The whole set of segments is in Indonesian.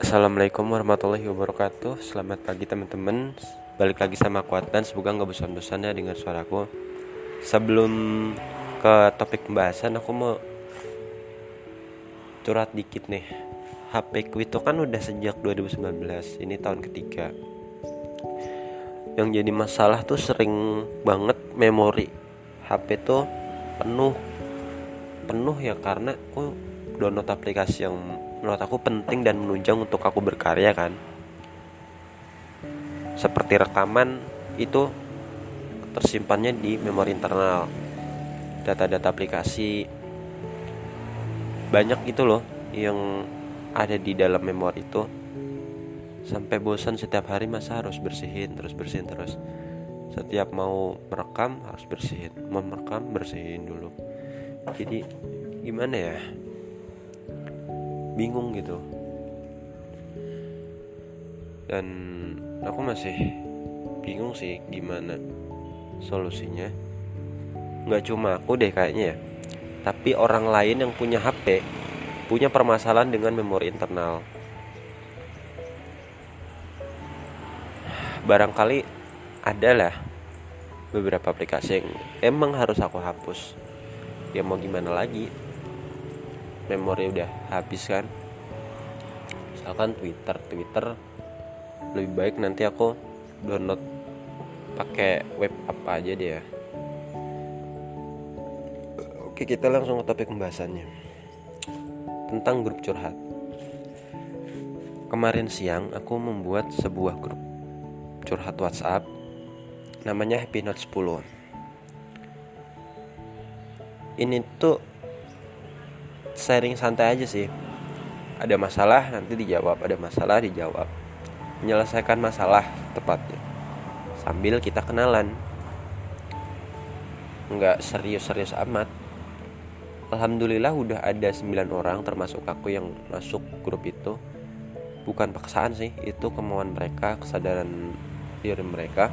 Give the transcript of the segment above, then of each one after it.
Assalamualaikum warahmatullahi wabarakatuh. Selamat pagi teman-teman. Balik lagi sama aku Adnan. Semoga gak bosan-bosannya dengan suaraku. Sebelum ke topik pembahasan, aku mau curhat dikit nih. HP ku itu kan udah sejak 2019. Ini tahun ketiga. Yang jadi masalah tuh sering banget memori HP tuh penuh ya, karena aku download aplikasi yang menurut aku penting dan menunjang untuk aku berkarya kan. Seperti rekaman itu tersimpannya di memori internal. Data-data aplikasi banyak gitu loh yang ada di dalam memori itu. Sampai bosan setiap hari masa harus bersihin terus. Setiap mau merekam harus bersihin, mau merekam bersihin dulu. Jadi gimana ya, bingung gitu. Dan aku masih bingung sih gimana solusinya. Gak cuma aku deh kayaknya ya, tapi orang lain yang punya HP punya permasalahan dengan memori internal. Barangkali adalah beberapa aplikasi yang emang harus aku hapus. Ya mau gimana lagi, memori udah habis kan. Misalkan Twitter lebih baik nanti aku download pakai web apa aja deh ya. Oke, kita langsung ke topik pembahasannya tentang grup curhat. Kemarin siang aku membuat sebuah grup curhat WhatsApp, namanya Happy Note 10. Ini tuh sharing santai aja sih. Ada masalah nanti dijawab, ada masalah dijawab. Menyelesaikan masalah tepatnya, sambil kita kenalan. Nggak serius-serius amat. Alhamdulillah udah ada 9 orang termasuk aku yang masuk grup itu. Bukan paksaan sih, itu kemauan mereka, kesadaran diri mereka.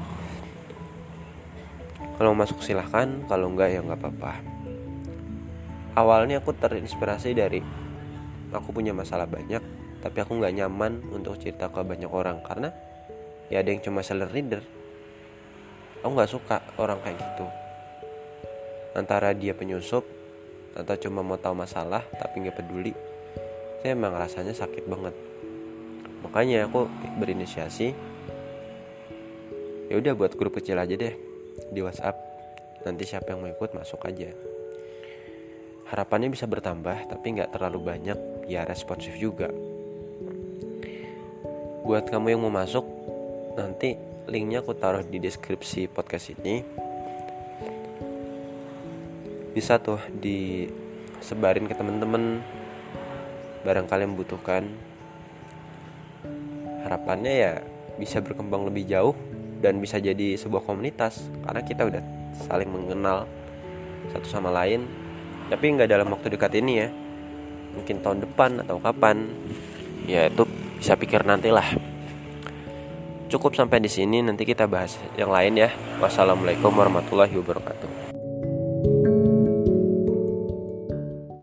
Kalau masuk silahkan, kalau enggak ya nggak apa-apa. Awalnya aku terinspirasi dari aku punya masalah banyak, tapi aku nggak nyaman untuk cerita ke banyak orang karena ya ada yang cuma silent reader. Aku nggak suka orang kayak gitu. Antara dia penyusup atau cuma mau tahu masalah tapi nggak peduli, saya emang rasanya sakit banget. Makanya aku berinisiasi, ya udah buat grup kecil aja deh di WhatsApp. Nanti siapa yang mau ikut masuk aja. Harapannya bisa bertambah tapi gak terlalu banyak, ya responsif juga. Buat kamu yang mau masuk, nanti linknya aku taruh di deskripsi podcast ini. Bisa tuh disebarin ke teman-teman, barangkali membutuhkan. Harapannya ya bisa berkembang lebih jauh dan bisa jadi sebuah komunitas, karena kita udah saling mengenal satu sama lain. Tapi gak dalam waktu dekat ini ya, mungkin tahun depan atau kapan, ya itu bisa pikir nantilah. Cukup sampai di sini, nanti kita bahas yang lain ya. Wassalamualaikum warahmatullahi wabarakatuh.